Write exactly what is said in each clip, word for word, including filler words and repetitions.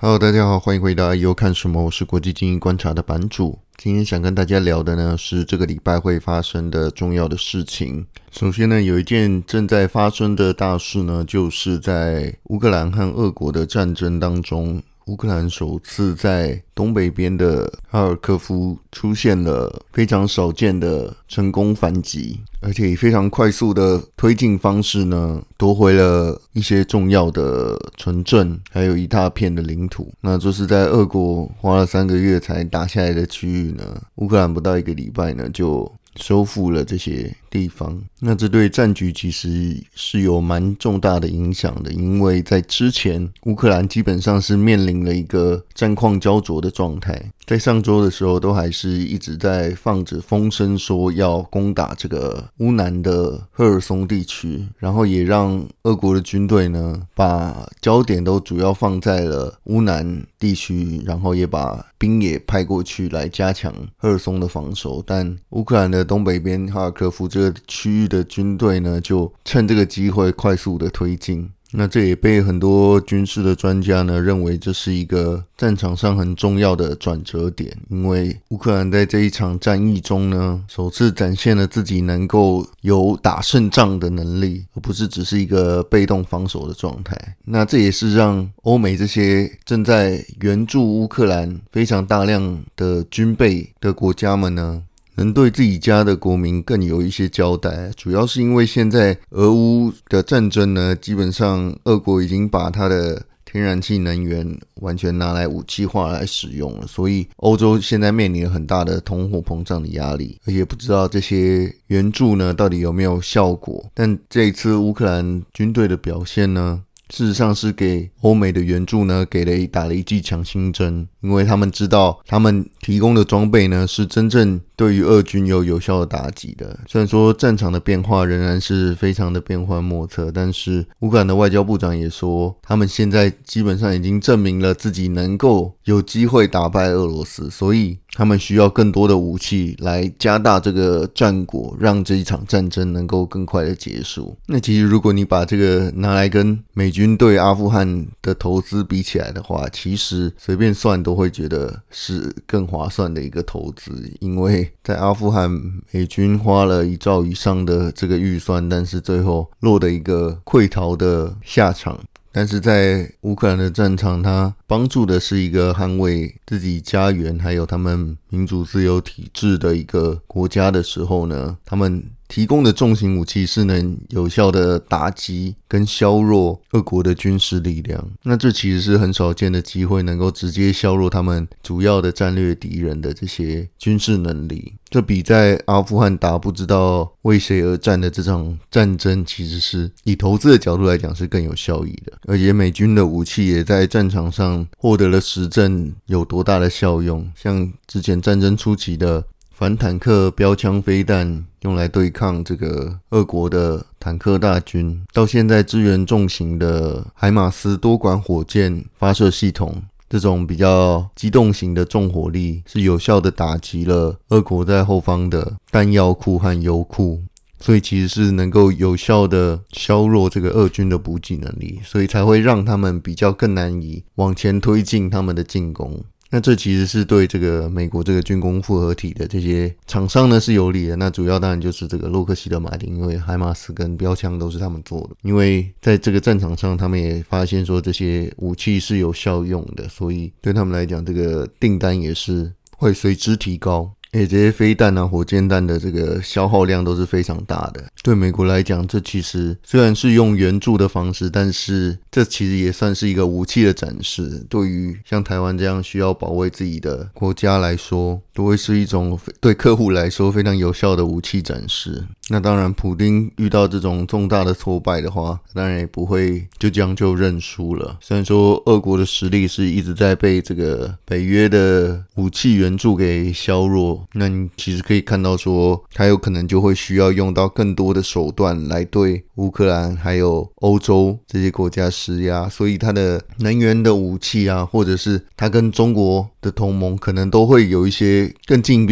Hello， 大家好，欢迎回到 I E O 看什么，我是国际经济观察的版主。今天想跟大家聊的呢是这个礼拜会发生的重要的事情。首先呢，有一件正在发生的大事呢，就是在乌克兰和俄国的战争当中，乌克兰首次在东北边的哈尔科夫出现了非常少见的成功反击，而且以非常快速的推进方式呢，夺回了一些重要的城镇，还有一大片的领土。那就是在俄国花了三个月才打下来的区域呢，乌克兰不到一个礼拜呢就收复了这些地方。那这对战局其实是有蛮重大的影响的，因为在之前乌克兰基本上是面临了一个战况焦灼的状态，在上周的时候都还是一直在放着风声说要攻打这个乌南的赫尔松地区，然后也让俄国的军队呢把焦点都主要放在了乌南地区，然后也把兵也派过去来加强赫尔松的防守。但乌克兰的东北边哈尔科夫这个区域的军队呢，就趁这个机会快速的推进。那这也被很多军事的专家呢认为这是一个战场上很重要的转折点，因为乌克兰在这一场战役中呢，首次展现了自己能够有打胜仗的能力，而不是只是一个被动防守的状态。那这也是让欧美这些正在援助乌克兰非常大量的军备的国家们呢，能对自己家的国民更有一些交代，主要是因为现在俄乌的战争呢，基本上俄国已经把它的天然气能源完全拿来武器化来使用了，所以欧洲现在面临了很大的通货膨胀的压力，而且不知道这些援助呢到底有没有效果。但这一次乌克兰军队的表现呢，事实上是给欧美的援助呢给了打了一剂强心针，因为他们知道他们提供的装备呢是真正对于俄军有有效的打击的。虽然说战场的变化仍然是非常的变幻莫测，但是乌克兰的外交部长也说，他们现在基本上已经证明了自己能够有机会打败俄罗斯，所以他们需要更多的武器来加大这个战果，让这一场战争能够更快的结束。那其实如果你把这个拿来跟美军对阿富汗的投资比起来的话，其实随便算都会觉得是更划算的一个投资，因为在阿富汗美军花了一兆以上的这个预算，但是最后落得一个溃逃的下场。但是在乌克兰的战场，他帮助的是一个捍卫自己家园还有他们民主自由体制的一个国家的时候呢，他们提供的重型武器是能有效的打击跟削弱俄国的军事力量。那这其实是很少见的机会，能够直接削弱他们主要的战略敌人的这些军事能力。这比在阿富汗打不知道为谁而战的这场战争，其实是以投资的角度来讲是更有效益的。而且美军的武器也在战场上获得了实证有多大的效用，像之前战争初期的反坦克标枪飞弹用来对抗这个俄国的坦克大军，到现在支援重型的海马斯多管火箭发射系统，这种比较机动型的重火力是有效的打击了俄国在后方的弹药库和油库，所以其实是能够有效的削弱这个俄军的补给能力，所以才会让他们比较更难以往前推进他们的进攻。那这其实是对这个美国这个军工复合体的这些厂商呢是有利的。那主要当然就是这个洛克希德马丁，因为海马斯跟标枪都是他们做的，因为在这个战场上他们也发现说这些武器是有效用的，所以对他们来讲这个订单也是会随之提高。而且这些飞弹啊、火箭弹的这个消耗量都是非常大的。对美国来讲，这其实虽然是用援助的方式，但是这其实也算是一个武器的展示。对于像台湾这样需要保卫自己的国家来说，都会是一种对客户来说非常有效的武器展示。那当然普丁遇到这种重大的挫败的话，当然也不会就这样就认输了。虽然说俄国的实力是一直在被这个北约的武器援助给削弱，那你其实可以看到说他有可能就会需要用到更多的手段来对乌克兰还有欧洲这些国家施压，所以他的能源的武器啊，或者是他跟中国的同盟可能都会有一些更进一步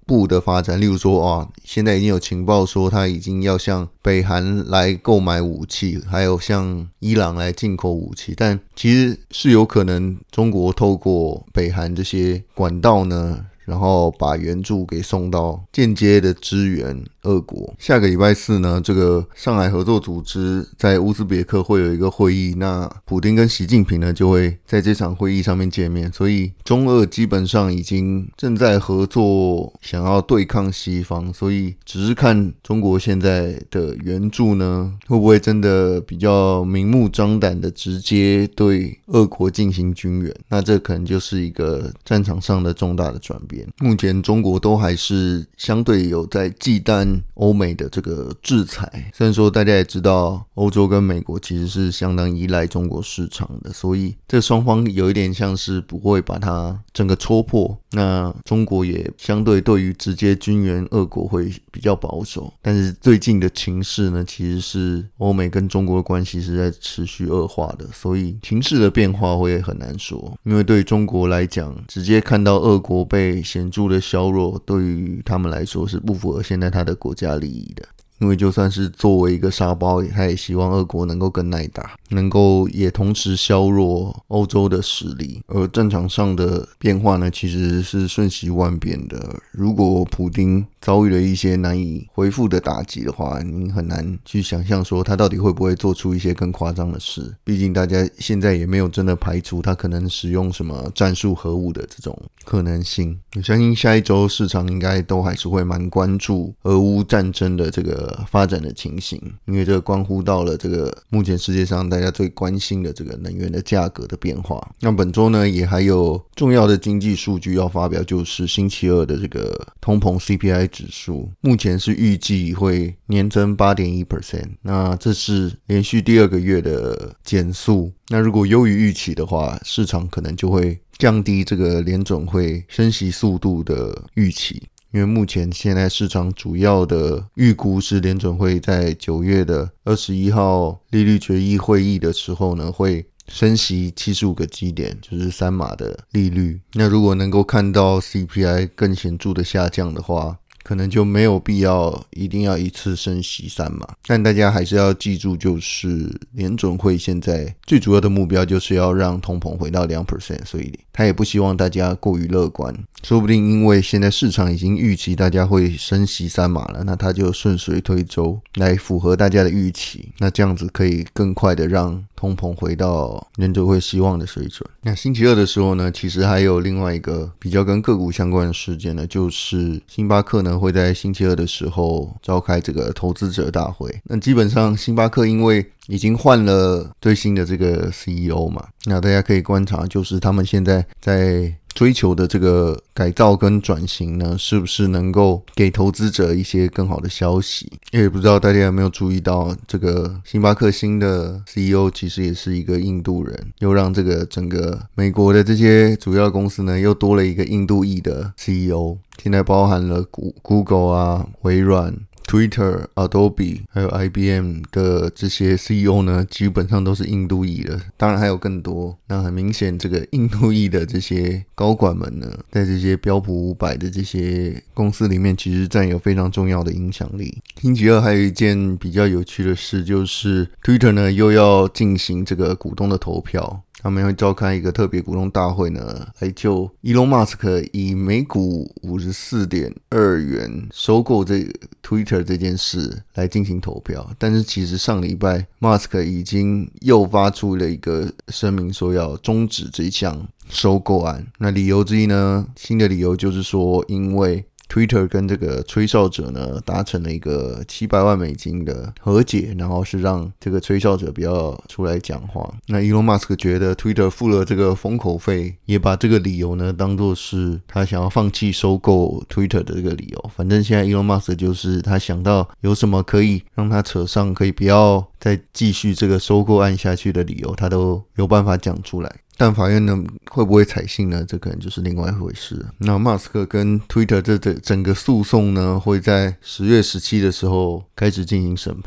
步的发展，例如说啊，现在已经有情报说他已经要向北韩来购买武器，还有向伊朗来进口武器，但其实是有可能中国透过北韩这些管道呢，然后把援助给送到间接的支援俄国。下个礼拜四呢，这个上海合作组织在乌兹别克会有一个会议，那普丁跟习近平呢就会在这场会议上面见面，所以中俄基本上已经正在合作，想要对抗西方，所以只是看中国现在的援助呢，会不会真的比较明目张胆的直接对俄国进行军援，那这可能就是一个战场上的重大的转变。目前中国都还是相对有在忌惮欧美的这个制裁，虽然说大家也知道欧洲跟美国其实是相当依赖中国市场的，所以这双方有一点像是不会把它整个戳破，那中国也相对对于直接军援俄国会比较保守。但是最近的情势呢，其实是欧美跟中国的关系是在持续恶化的，所以情势的变化会很难说，因为对中国来讲，直接看到俄国被显著的削弱，对于他们来说是不符合现在他的国家利益的。因为就算是作为一个沙包，他也希望俄国能够更耐打，能够也同时削弱欧洲的实力。而战场上的变化呢，其实是瞬息万变的。如果普丁遭遇了一些难以恢复的打击的话，你很难去想象说他到底会不会做出一些更夸张的事。毕竟大家现在也没有真的排除他可能使用什么战术核武的这种可能性。我相信下一周市场应该都还是会蛮关注俄乌战争的这个发展的情形，因为这个关乎到了这个目前世界上大家最关心的这个能源的价格的变化。那本周呢，也还有重要的经济数据要发表，就是星期二的这个通膨 C P I 指数，目前是预计会年增 百分之八点一， 那这是连续第二个月的减速。那如果优于预期的话，市场可能就会降低这个联准会升息速度的预期。因为目前现在市场主要的预估是联准会在九月的二十一号利率决议会议的时候呢，会升息七十五个基点，就是三码的利率。那如果能够看到 C P I 更显著的下降的话，可能就没有必要一定要一次升息三码。但大家还是要记住，就是联准会现在最主要的目标就是要让通膨回到 百分之二， 所以他也不希望大家过于乐观。说不定因为现在市场已经预期大家会升息三码了，那他就顺水推舟来符合大家的预期，那这样子可以更快的让通膨回到联准会希望的水准。那星期二的时候呢，其实还有另外一个比较跟个股相关的事件呢，就是星巴克呢会在星期二的时候召开这个投资者大会。那基本上星巴克因为已经换了最新的这个 C E O 嘛，那大家可以观察，就是他们现在在追求的这个改造跟转型呢，是不是能够给投资者一些更好的消息。也不知道大家有没有注意到，这个星巴克新的 C E O 其实也是一个印度人，又让这个整个美国的这些主要公司呢，又多了一个印度裔的 C E O。现在包含了 Google 啊、微软、Twitter、Adobe 还有 I B M 的这些 C E O 呢，基本上都是印度裔的，当然还有更多。那很明显，这个印度裔的这些高管们呢，在这些标普五百的这些公司里面，其实占有非常重要的影响力。星期二还有一件比较有趣的事，就是 Twitter 呢又要进行这个股东的投票。他们会召开一个特别股东大会呢，来就 Elon Musk 以每股 五十四点二元收购这个 Twitter 这件事来进行投票。但是其实上礼拜 Musk 已经又发出了一个声明，说要终止这一项收购案。那理由之一呢，新的理由就是说，因为Twitter 跟这个吹哨者呢达成了一个七百万美金的和解，然后是让这个吹哨者不要出来讲话。那 Elon Musk 觉得 Twitter 付了这个封口费，也把这个理由呢当作是他想要放弃收购 Twitter 的这个理由。反正现在 Elon Musk 就是他想到有什么可以让他扯上可以不要再继续这个收购案下去的理由，他都有办法讲出来。但法院呢会不会采信呢？这可能就是另外一回事。那马斯克跟 Twitter 这整个诉讼呢，会在十月十七的时候开始进行审判。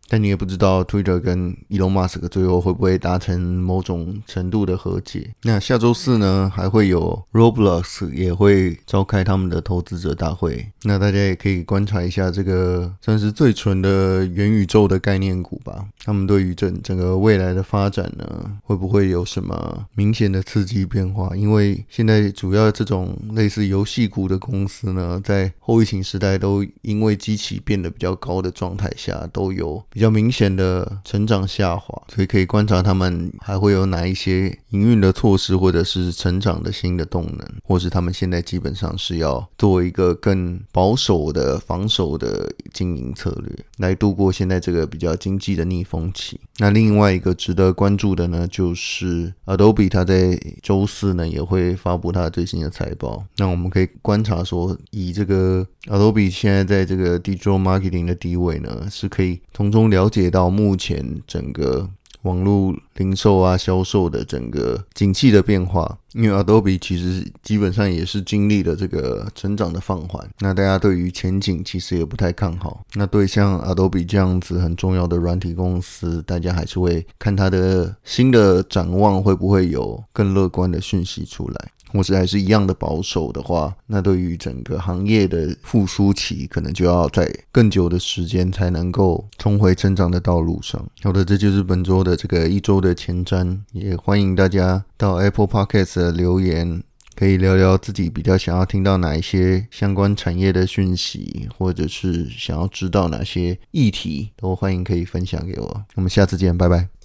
但你也不知道 Twitter 跟 Elon Musk 最后会不会达成某种程度的和解。那下周四呢，还会有 Roblox 也会召开他们的投资者大会，那大家也可以观察一下这个算是最纯的元宇宙的概念股吧，他们对于整整个未来的发展呢，会不会有什么明显的刺激变化？因为现在主要这种类似游戏股的公司呢，在后疫情时代都因为基期变得比较高的状态下，都有比较明显的成长下滑，所以可以观察他们还会有哪一些营运的措施，或者是成长的新的动能，或是他们现在基本上是要做一个更保守的防守的经营策略，来度过现在这个比较经济的逆风期。那另外一个值得关注的呢，就是 Adobe 它在周四呢也会发布它的最新的财报。那我们可以观察说，以这个 Adobe 现在在这个 Digital Marketing 的地位呢，是可以从中了解到目前整个网络零售啊销售的整个景气的变化。因为 Adobe 其实基本上也是经历了这个成长的放缓，那大家对于前景其实也不太看好。那对像 Adobe 这样子很重要的软体公司，大家还是会看它的新的展望会不会有更乐观的讯息出来，或是还是一样的保守的话，那对于整个行业的复苏期可能就要在更久的时间才能够重回成长的道路上。好的，这就是本周的这个一周的前瞻，也欢迎大家到 Apple Podcast 的留言，可以聊聊自己比较想要听到哪一些相关产业的讯息，或者是想要知道哪些议题，都欢迎可以分享给我。我们下次见，拜拜。